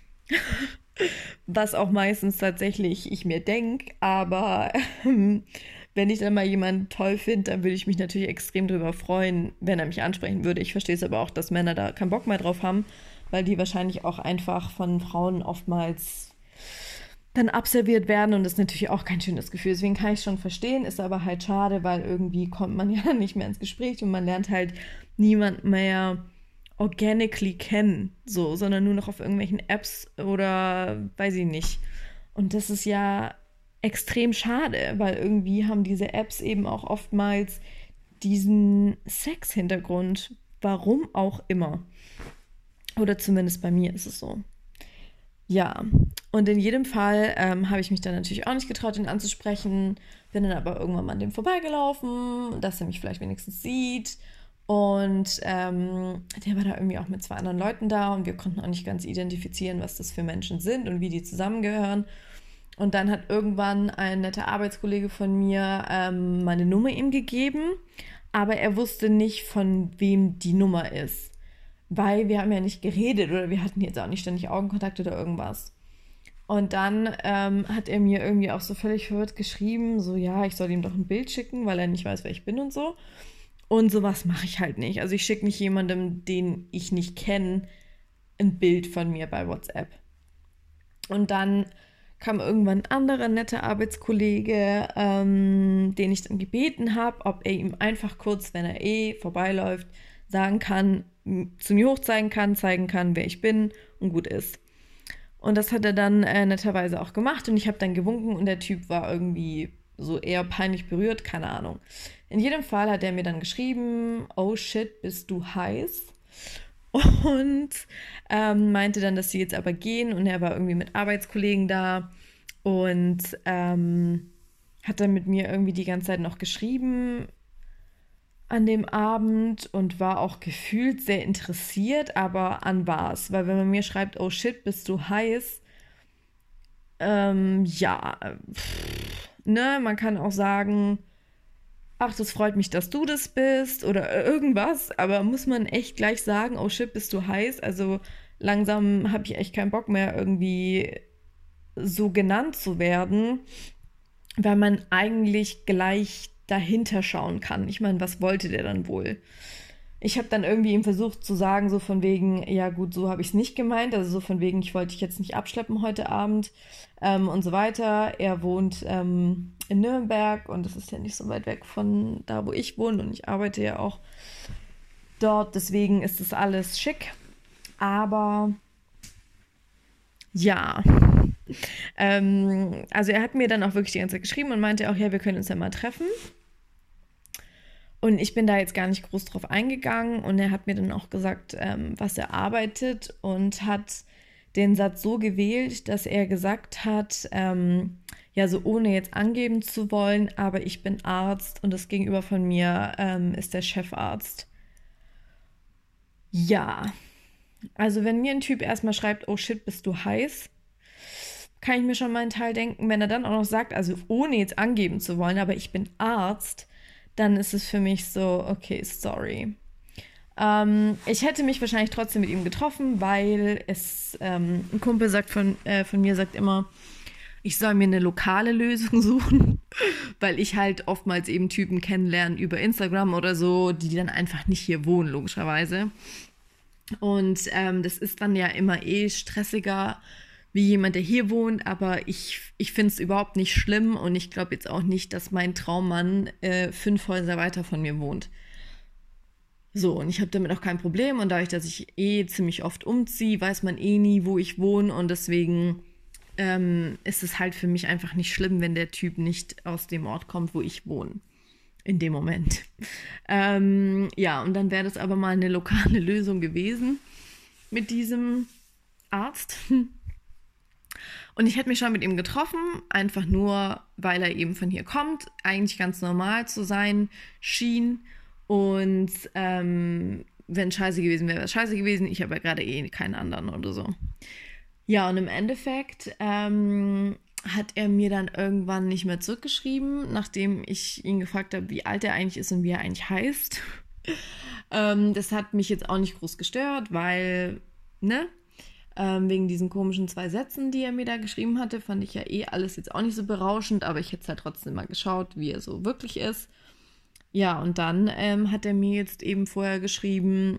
Was auch meistens tatsächlich ich mir denke. Aber ähm, wenn ich dann mal jemanden toll finde, dann würde ich mich natürlich extrem darüber freuen, wenn er mich ansprechen würde. Ich verstehe es aber auch, dass Männer da keinen Bock mehr drauf haben, weil die wahrscheinlich auch einfach von Frauen oftmals dann abserviert werden und das ist natürlich auch kein schönes Gefühl. Deswegen kann ich es schon verstehen, ist aber halt schade, weil irgendwie kommt man ja nicht mehr ins Gespräch und man lernt halt niemand mehr organically kennen, so, sondern nur noch auf irgendwelchen Apps oder weiß ich nicht. Und das ist ja extrem schade, weil irgendwie haben diese Apps eben auch oftmals diesen Sex-Hintergrund, warum auch immer. Oder zumindest bei mir ist es so. Ja, und in jedem Fall ähm, habe ich mich dann natürlich auch nicht getraut, ihn anzusprechen, bin dann aber irgendwann mal an dem vorbeigelaufen, dass er mich vielleicht wenigstens sieht. Und ähm, der war da irgendwie auch mit zwei anderen Leuten da und wir konnten auch nicht ganz identifizieren, was das für Menschen sind und wie die zusammengehören. Und dann hat irgendwann ein netter Arbeitskollege von mir ähm, meine Nummer ihm gegeben, aber er wusste nicht, von wem die Nummer ist. Weil wir haben ja nicht geredet oder wir hatten jetzt auch nicht ständig Augenkontakt oder irgendwas. Und dann ähm, hat er mir irgendwie auch so völlig verwirrt geschrieben, so ja, ich soll ihm doch ein Bild schicken, weil er nicht weiß, wer ich bin und so. Und sowas mache ich halt nicht. Also ich schicke nicht jemandem, den ich nicht kenne, ein Bild von mir bei WhatsApp. Und dann kam irgendwann ein anderer netter Arbeitskollege, ähm, den ich dann gebeten habe, ob er ihm einfach kurz, wenn er eh vorbeiläuft, sagen kann, zu mir hochzeigen kann, zeigen kann, wer ich bin und gut ist. Und das hat er dann äh, netterweise auch gemacht und ich habe dann gewunken und der Typ war irgendwie so eher peinlich berührt, keine Ahnung. In jedem Fall hat er mir dann geschrieben, oh shit, bist du heiß? Und ähm, meinte dann, dass sie jetzt aber gehen und er war irgendwie mit Arbeitskollegen da und ähm, hat dann mit mir irgendwie die ganze Zeit noch geschrieben an dem Abend und war auch gefühlt sehr interessiert, aber an was? Weil wenn man mir schreibt, oh shit, bist du heiß? Ähm, ja, pff, ne, man kann auch sagen, ach, das freut mich, dass du das bist oder irgendwas, aber muss man echt gleich sagen, oh shit, bist du heiß? Also langsam habe ich echt keinen Bock mehr, irgendwie so genannt zu werden, weil man eigentlich gleich dahinter schauen kann. Ich meine, was wollte der dann wohl? Ich habe dann irgendwie ihm versucht zu sagen, so von wegen, ja gut, so habe ich es nicht gemeint, also so von wegen, ich wollte dich jetzt nicht abschleppen heute Abend ähm, und so weiter. Er wohnt ähm, in Nürnberg und das ist ja nicht so weit weg von da, wo ich wohne und ich arbeite ja auch dort, deswegen ist das alles schick. Aber ja, ähm, also er hat mir dann auch wirklich die ganze Zeit geschrieben und meinte auch, ja, wir können uns ja mal treffen. Und ich bin da jetzt gar nicht groß drauf eingegangen und er hat mir dann auch gesagt, ähm, was er arbeitet und hat den Satz so gewählt, dass er gesagt hat, ähm, ja, so ohne jetzt angeben zu wollen, aber ich bin Arzt und das Gegenüber von mir ähm, ist der Chefarzt. Ja, also wenn mir ein Typ erstmal schreibt, oh shit, bist du heiß, kann ich mir schon mal einen Teil denken. Wenn er dann auch noch sagt, also ohne jetzt angeben zu wollen, aber ich bin Arzt, dann ist es für mich so, okay, sorry. Ähm, ich hätte mich wahrscheinlich trotzdem mit ihm getroffen, weil es ähm, ein Kumpel sagt von, äh, von mir sagt immer, ich soll mir eine lokale Lösung suchen, weil ich halt oftmals eben Typen kennenlerne über Instagram oder so, die dann einfach nicht hier wohnen, logischerweise. Und ähm, das ist dann ja immer eh stressiger, wie jemand, der hier wohnt, aber ich, ich finde es überhaupt nicht schlimm und ich glaube jetzt auch nicht, dass mein Traummann äh, fünf Häuser weiter von mir wohnt. So, und ich habe damit auch kein Problem und dadurch, dass ich eh ziemlich oft umziehe, weiß man eh nie, wo ich wohne und deswegen ähm, ist es halt für mich einfach nicht schlimm, wenn der Typ nicht aus dem Ort kommt, wo ich wohne. In dem Moment. Ähm, ja, und dann wäre das aber mal eine lokale Lösung gewesen mit diesem Arzt. Und ich hätte mich schon mit ihm getroffen, einfach nur, weil er eben von hier kommt, eigentlich ganz normal zu sein schien. Und ähm, wenn scheiße gewesen wäre, wäre es scheiße gewesen. Ich habe ja gerade eh keinen anderen oder so. Ja, und im Endeffekt ähm, hat er mir dann irgendwann nicht mehr zurückgeschrieben, nachdem ich ihn gefragt habe, wie alt er eigentlich ist und wie er eigentlich heißt. ähm, das hat mich jetzt auch nicht groß gestört, weil, ne? Ähm, wegen diesen komischen zwei Sätzen, die er mir da geschrieben hatte, fand ich ja eh alles jetzt auch nicht so berauschend, aber ich hätte halt trotzdem mal geschaut, wie er so wirklich ist. Ja, und dann ähm, hat er mir jetzt eben vorher geschrieben,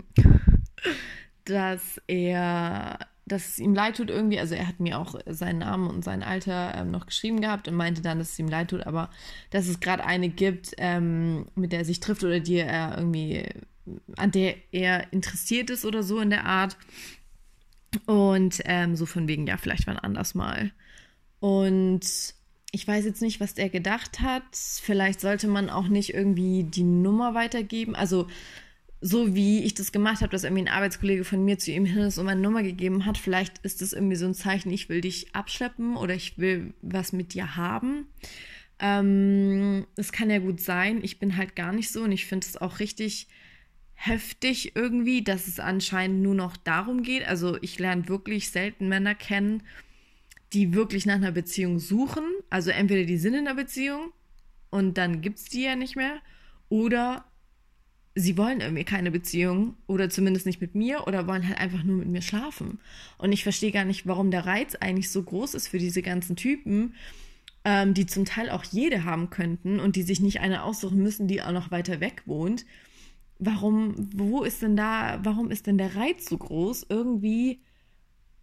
dass er, dass es ihm leid tut irgendwie, also er hat mir auch seinen Namen und sein Alter ähm, noch geschrieben gehabt und meinte dann, dass es ihm leid tut, aber dass es gerade eine gibt, ähm, mit der er sich trifft oder die er irgendwie, an der er interessiert ist oder so in der Art. Und ähm, so von wegen, ja, vielleicht wann anders mal. Und ich weiß jetzt nicht, was der gedacht hat. Vielleicht sollte man auch nicht irgendwie die Nummer weitergeben. Also so wie ich das gemacht habe, dass irgendwie ein Arbeitskollege von mir zu ihm hin ist und meine Nummer gegeben hat. Vielleicht ist das irgendwie so ein Zeichen, ich will dich abschleppen oder ich will was mit dir haben. Ähm, das kann ja gut sein. Ich bin halt gar nicht so und ich finde es auch richtig heftig irgendwie, dass es anscheinend nur noch darum geht. Also ich lerne wirklich selten Männer kennen, die wirklich nach einer Beziehung suchen. Also entweder die sind in einer Beziehung und dann gibt es die ja nicht mehr oder sie wollen irgendwie keine Beziehung oder zumindest nicht mit mir oder wollen halt einfach nur mit mir schlafen. Und ich verstehe gar nicht, warum der Reiz eigentlich so groß ist für diese ganzen Typen, ähm, die zum Teil auch jede haben könnten und die sich nicht eine aussuchen müssen, die auch noch weiter weg wohnt. Warum, wo ist denn da, warum ist denn der Reiz so groß, irgendwie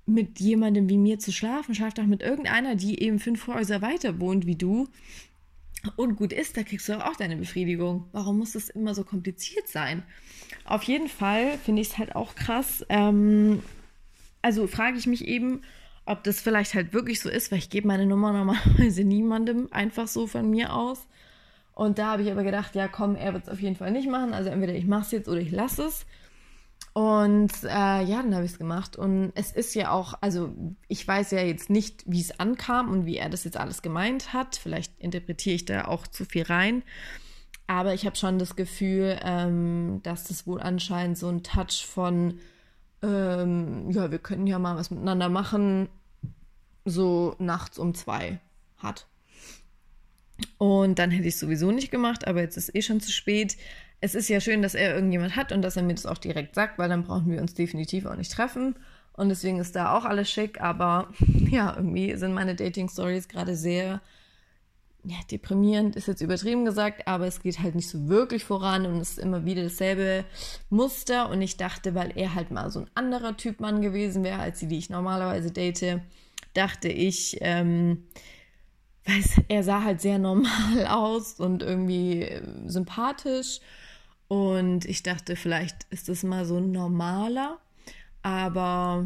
mit jemandem wie mir zu schlafen, schlaf doch mit irgendeiner, die eben fünf Häuser weiter wohnt wie du und gut ist, da kriegst du doch auch deine Befriedigung. Warum muss das immer so kompliziert sein? Auf jeden Fall finde ich es halt auch krass. Ähm, also frage ich mich eben, ob das vielleicht halt wirklich so ist, weil ich gebe meine Nummer normalerweise niemandem einfach so von mir aus. Und da habe ich aber gedacht, ja komm, er wird es auf jeden Fall nicht machen. Also entweder ich mache es jetzt oder ich lasse es. Und äh, ja, dann habe ich es gemacht. Und es ist ja auch, also ich weiß ja jetzt nicht, wie es ankam und wie er das jetzt alles gemeint hat. Vielleicht interpretiere ich da auch zu viel rein. Aber ich habe schon das Gefühl, ähm, dass das wohl anscheinend so ein Touch von, ähm, ja, wir können ja mal was miteinander machen, so nachts um zwei hat. Und dann hätte ich es sowieso nicht gemacht, aber jetzt ist eh schon zu spät. Es ist ja schön, dass er irgendjemand hat und dass er mir das auch direkt sagt, weil dann brauchen wir uns definitiv auch nicht treffen. Und deswegen ist da auch alles schick. Aber ja, irgendwie sind meine Dating-Stories gerade sehr ja, deprimierend, ist jetzt übertrieben gesagt, aber es geht halt nicht so wirklich voran und es ist immer wieder dasselbe Muster. Und ich dachte, weil er halt mal so ein anderer Typ Mann gewesen wäre, als die, die ich normalerweise date, dachte ich, ähm, weiß, er sah halt sehr normal aus und irgendwie äh, sympathisch. Und ich dachte, vielleicht ist das mal so ein normaler. Aber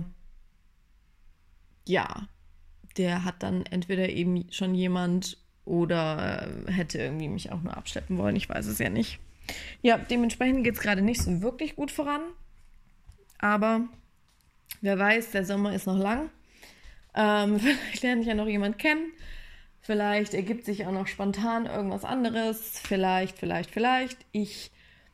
ja, der hat dann entweder eben schon jemand oder äh, hätte irgendwie mich auch nur abschleppen wollen. Ich weiß es ja nicht. Ja, dementsprechend geht es gerade nicht so wirklich gut voran. Aber wer weiß, der Sommer ist noch lang. Ähm, vielleicht lerne ich ja noch jemand kennen. Vielleicht ergibt sich auch noch spontan irgendwas anderes. Vielleicht, vielleicht, vielleicht. Ich,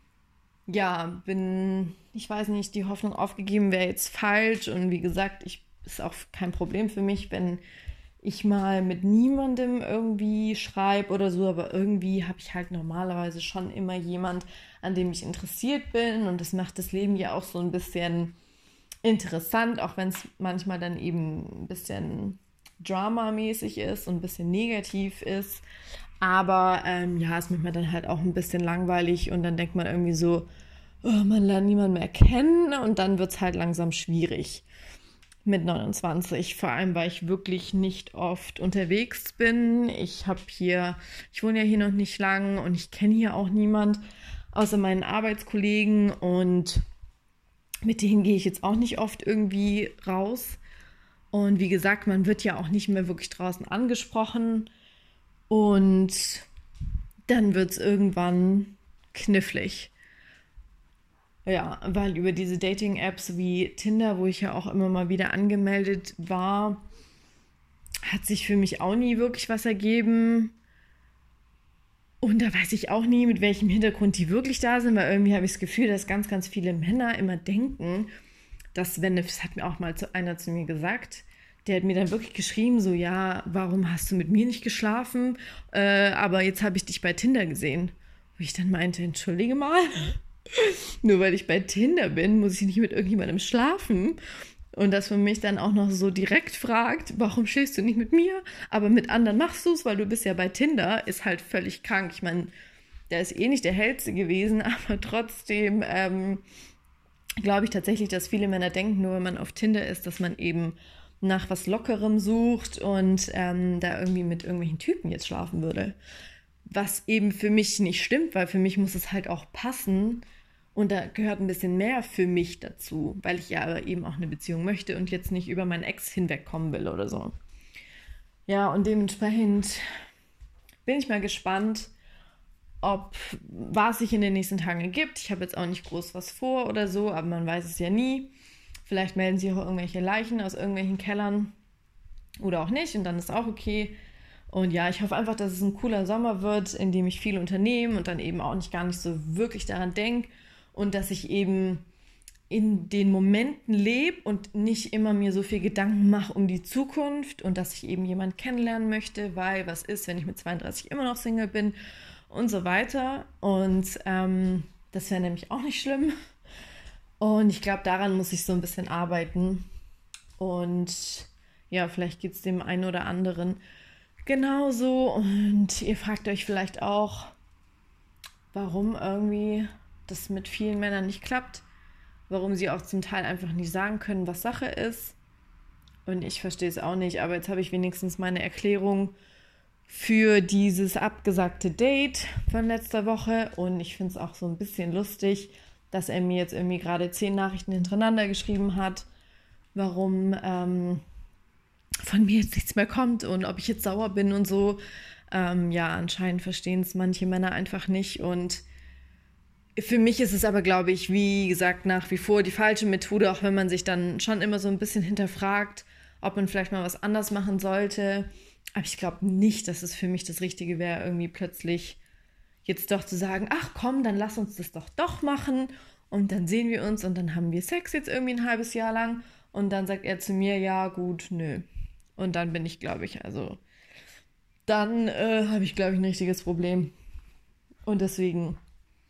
ja, bin, ich weiß nicht, die Hoffnung aufgegeben wäre jetzt falsch. Und wie gesagt, ich, ist auch kein Problem für mich, wenn ich mal mit niemandem irgendwie schreibe oder so. Aber irgendwie habe ich halt normalerweise schon immer jemand, an dem ich interessiert bin. Und das macht das Leben ja auch so ein bisschen interessant, auch wenn es manchmal dann eben ein bisschen dramamäßig ist und ein bisschen negativ ist. Aber ähm, ja, ist manchmal dann halt auch ein bisschen langweilig und dann denkt man irgendwie so, oh, man lernt niemanden mehr kennen und dann wird es halt langsam schwierig mit neunundzwanzig. Vor allem, weil ich wirklich nicht oft unterwegs bin. Ich habe hier, ich wohne ja hier noch nicht lang und ich kenne hier auch niemand außer meinen Arbeitskollegen und mit denen gehe ich jetzt auch nicht oft irgendwie raus. Und wie gesagt, man wird ja auch nicht mehr wirklich draußen angesprochen. Und dann wird es irgendwann knifflig. Ja, weil über diese Dating-Apps wie Tinder, wo ich ja auch immer mal wieder angemeldet war, hat sich für mich auch nie wirklich was ergeben. Und da weiß ich auch nie, mit welchem Hintergrund die wirklich da sind, weil irgendwie habe ich das Gefühl, dass ganz, ganz viele Männer immer denken, dass wenn, das hat mir auch mal einer zu mir gesagt, der hat mir dann wirklich geschrieben, so, ja, warum hast du mit mir nicht geschlafen? Äh, aber jetzt habe ich dich bei Tinder gesehen. Wo ich dann meinte, entschuldige mal, nur weil ich bei Tinder bin, muss ich nicht mit irgendjemandem schlafen. Und dass man mich dann auch noch so direkt fragt, warum schläfst du nicht mit mir? Aber mit anderen machst du es, weil du bist ja bei Tinder, ist halt völlig krank. Ich meine, der ist eh nicht der Hellste gewesen, aber trotzdem ähm, glaube ich tatsächlich, dass viele Männer denken, nur wenn man auf Tinder ist, dass man eben nach was Lockerem sucht und ähm, da irgendwie mit irgendwelchen Typen jetzt schlafen würde. Was eben für mich nicht stimmt, weil für mich muss es halt auch passen und da gehört ein bisschen mehr für mich dazu, weil ich ja aber eben auch eine Beziehung möchte und jetzt nicht über meinen Ex hinwegkommen will oder so. Ja, und dementsprechend bin ich mal gespannt, ob was sich in den nächsten Tagen ergibt. Ich habe jetzt auch nicht groß was vor oder so, aber man weiß es ja nie. Vielleicht melden sich auch irgendwelche Leichen aus irgendwelchen Kellern oder auch nicht und dann ist auch okay. Und ja, ich hoffe einfach, dass es ein cooler Sommer wird, in dem ich viel unternehme und dann eben auch nicht gar nicht so wirklich daran denke und dass ich eben in den Momenten lebe und nicht immer mir so viel Gedanken mache um die Zukunft und dass ich eben jemanden kennenlernen möchte, weil was ist, wenn ich mit zweiunddreißig immer noch Single bin und so weiter. Und ähm, das wäre nämlich auch nicht schlimm. Und ich glaube, daran muss ich so ein bisschen arbeiten. Und ja, vielleicht geht es dem einen oder anderen genauso. Und ihr fragt euch vielleicht auch, warum irgendwie das mit vielen Männern nicht klappt. Warum sie auch zum Teil einfach nicht sagen können, was Sache ist. Und ich verstehe es auch nicht, aber jetzt habe ich wenigstens meine Erklärung für dieses abgesagte Date von letzter Woche. Und ich finde es auch so ein bisschen lustig, dass er mir jetzt irgendwie gerade zehn Nachrichten hintereinander geschrieben hat, warum ähm, von mir jetzt nichts mehr kommt und ob ich jetzt sauer bin und so. Ähm, ja, anscheinend verstehen es manche Männer einfach nicht. Und für mich ist es aber, glaube ich, wie gesagt, nach wie vor die falsche Methode, auch wenn man sich dann schon immer so ein bisschen hinterfragt, ob man vielleicht mal was anders machen sollte. Aber ich glaube nicht, dass es für mich das Richtige wäre, irgendwie plötzlich jetzt doch zu sagen, ach komm, dann lass uns das doch doch machen und dann sehen wir uns und dann haben wir Sex jetzt irgendwie ein halbes Jahr lang und dann sagt er zu mir, ja gut, nö. Und dann bin ich, glaube ich, also dann äh, habe ich, glaube ich, ein richtiges Problem. Und deswegen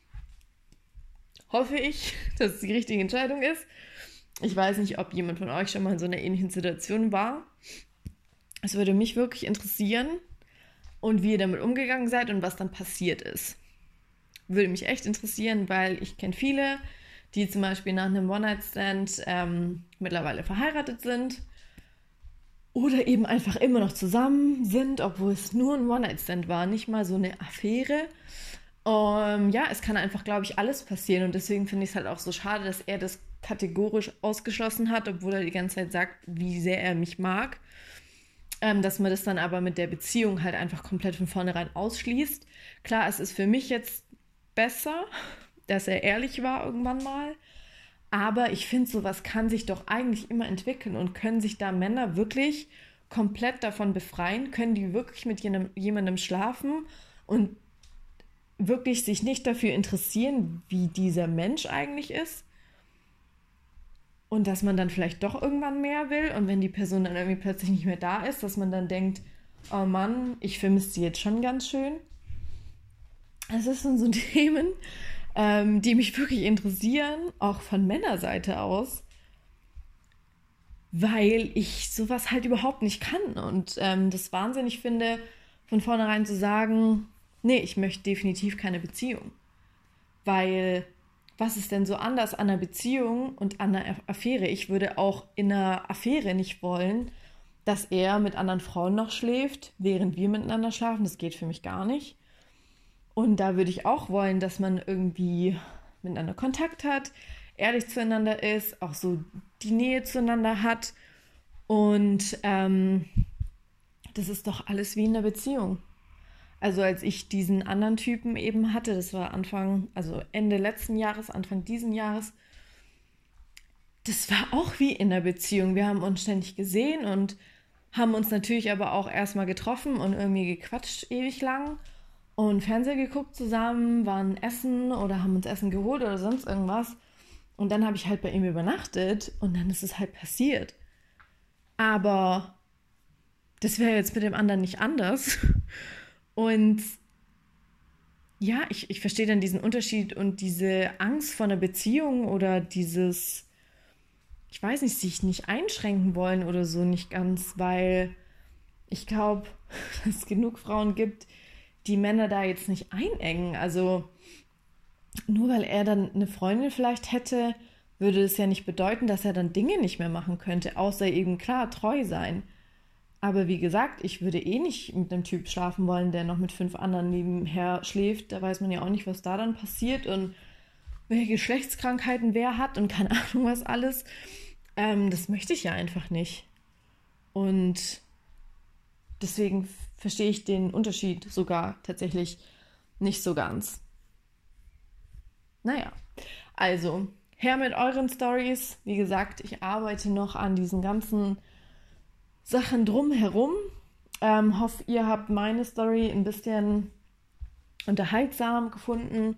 hoffe ich, dass es die richtige Entscheidung ist. Ich weiß nicht, ob jemand von euch schon mal in so einer ähnlichen Situation war. Es würde mich wirklich interessieren und wie ihr damit umgegangen seid und was dann passiert ist. Würde mich echt interessieren, weil ich kenne viele, die zum Beispiel nach einem One-Night-Stand ähm, mittlerweile verheiratet sind oder eben einfach immer noch zusammen sind, obwohl es nur ein One-Night-Stand war, nicht mal so eine Affäre. Um, ja, es kann einfach, glaube ich, alles passieren und deswegen finde ich es halt auch so schade, dass er das kategorisch ausgeschlossen hat, obwohl er die ganze Zeit sagt, wie sehr er mich mag. Ähm, dass man das dann aber mit der Beziehung halt einfach komplett von vornherein ausschließt. Klar, es ist für mich jetzt besser, dass er ehrlich war irgendwann mal, aber ich finde, sowas kann sich doch eigentlich immer entwickeln und können sich da Männer wirklich komplett davon befreien, können die wirklich mit jenem, jemandem schlafen und wirklich sich nicht dafür interessieren, wie dieser Mensch eigentlich ist. Und dass man dann vielleicht doch irgendwann mehr will und wenn die Person dann irgendwie plötzlich nicht mehr da ist, dass man dann denkt, oh Mann, ich vermisse sie jetzt schon ganz schön. Das sind so Themen, ähm, die mich wirklich interessieren, auch von Männerseite aus, weil ich sowas halt überhaupt nicht kann und ähm, das wahnsinnig finde, von vornherein zu sagen, nee, ich möchte definitiv keine Beziehung, weil was ist denn so anders an einer Beziehung und an einer Affäre? Ich würde auch in einer Affäre nicht wollen, dass er mit anderen Frauen noch schläft, während wir miteinander schlafen. Das geht für mich gar nicht. Und da würde ich auch wollen, dass man irgendwie miteinander Kontakt hat, ehrlich zueinander ist, auch so die Nähe zueinander hat. Und ähm, das ist doch alles wie in einer Beziehung. Also als ich diesen anderen Typen eben hatte, das war Anfang, also Ende letzten Jahres, Anfang diesen Jahres, das war auch wie in einer Beziehung. Wir haben uns ständig gesehen und haben uns natürlich aber auch erstmal getroffen und irgendwie gequatscht ewig lang und Fernseher geguckt zusammen, waren essen oder haben uns Essen geholt oder sonst irgendwas. Und dann habe ich halt bei ihm übernachtet und dann ist es halt passiert. Aber das wäre jetzt mit dem anderen nicht anders. Und ja, ich, ich verstehe dann diesen Unterschied und diese Angst vor einer Beziehung oder dieses, ich weiß nicht, sich nicht einschränken wollen oder so nicht ganz, weil ich glaube, dass es genug Frauen gibt, die Männer da jetzt nicht einengen. Also nur weil er dann eine Freundin vielleicht hätte, würde es ja nicht bedeuten, dass er dann Dinge nicht mehr machen könnte, außer eben klar treu sein. Aber wie gesagt, ich würde eh nicht mit einem Typ schlafen wollen, der noch mit fünf anderen nebenher schläft. Da weiß man ja auch nicht, was da dann passiert und welche Geschlechtskrankheiten wer hat und keine Ahnung was alles. Ähm, das möchte ich ja einfach nicht. Und deswegen verstehe ich den Unterschied sogar tatsächlich nicht so ganz. Naja, also her mit euren Storys. Wie gesagt, ich arbeite noch an diesen ganzen Sachen drumherum. Ähm, hoffe, ihr habt meine Story ein bisschen unterhaltsam gefunden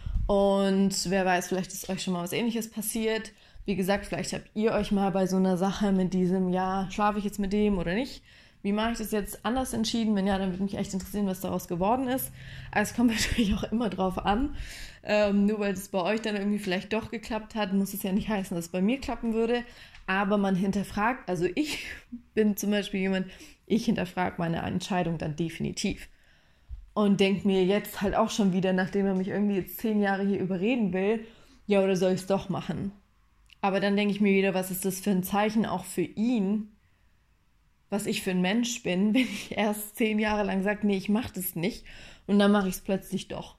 und wer weiß, vielleicht ist euch schon mal was Ähnliches passiert. Wie gesagt, vielleicht habt ihr euch mal bei so einer Sache mit diesem, ja, schlafe ich jetzt mit dem oder nicht? Wie mache ich das jetzt anders entschieden? Wenn ja, dann würde mich echt interessieren, was daraus geworden ist. Also es kommt natürlich auch immer drauf an. Ähm, nur weil es bei euch dann irgendwie vielleicht doch geklappt hat, muss es ja nicht heißen, dass es bei mir klappen würde. Aber man hinterfragt, also ich bin zum Beispiel jemand, ich hinterfrage meine Entscheidung dann definitiv. Und denke mir jetzt halt auch schon wieder, nachdem er mich irgendwie jetzt zehn Jahre hier überreden will, ja, oder soll ich es doch machen? Aber dann denke ich mir wieder, was ist das für ein Zeichen auch für ihn, was ich für ein Mensch bin, wenn ich erst zehn Jahre lang sage, nee, ich mache das nicht und dann mache ich es plötzlich doch.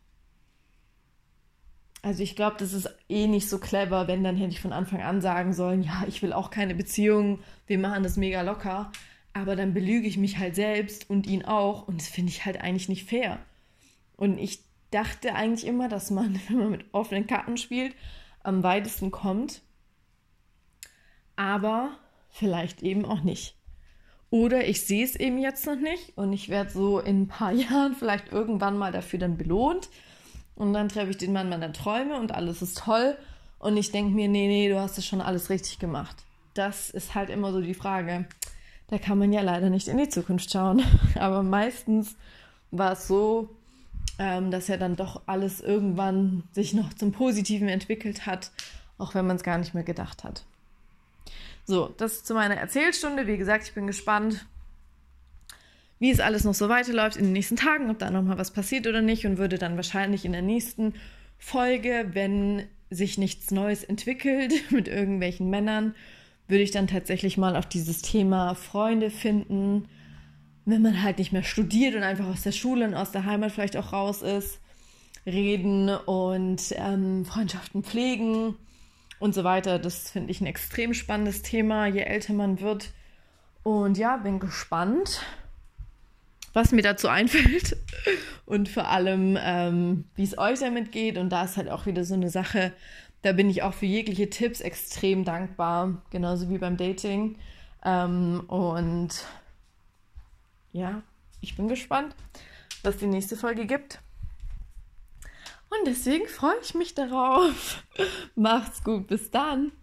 Also ich glaube, das ist eh nicht so clever, wenn dann hätte ich von Anfang an sagen sollen, ja, ich will auch keine Beziehung, wir machen das mega locker, aber dann belüge ich mich halt selbst und ihn auch und das finde ich halt eigentlich nicht fair. Und ich dachte eigentlich immer, dass man, wenn man mit offenen Karten spielt, am weitesten kommt, aber vielleicht eben auch nicht. Oder ich sehe es eben jetzt noch nicht und ich werde so in ein paar Jahren vielleicht irgendwann mal dafür dann belohnt. Und dann treffe ich den Mann meiner Träume und alles ist toll. Und ich denke mir, nee, nee, du hast das schon alles richtig gemacht. Das ist halt immer so die Frage. Da kann man ja leider nicht in die Zukunft schauen. Aber meistens war es so, ähm, dass ja dann doch alles irgendwann sich noch zum Positiven entwickelt hat, auch wenn man es gar nicht mehr gedacht hat. So, das ist zu meiner Erzählstunde. Wie gesagt, ich bin gespannt, wie es alles noch so weiterläuft in den nächsten Tagen, ob da nochmal was passiert oder nicht und würde dann wahrscheinlich in der nächsten Folge, wenn sich nichts Neues entwickelt mit irgendwelchen Männern, würde ich dann tatsächlich mal auf dieses Thema Freunde finden, wenn man halt nicht mehr studiert und einfach aus der Schule und aus der Heimat vielleicht auch raus ist, reden und ähm, Freundschaften pflegen und so weiter. Das finde ich ein extrem spannendes Thema, je älter man wird. Und ja, bin gespannt, was mir dazu einfällt und vor allem, ähm, wie es euch damit geht. Und da ist halt auch wieder so eine Sache, da bin ich auch für jegliche Tipps extrem dankbar, genauso wie beim Dating. Ähm, und ja, ich bin gespannt, was die nächste Folge gibt. Und deswegen freue ich mich darauf. Macht's gut, bis dann.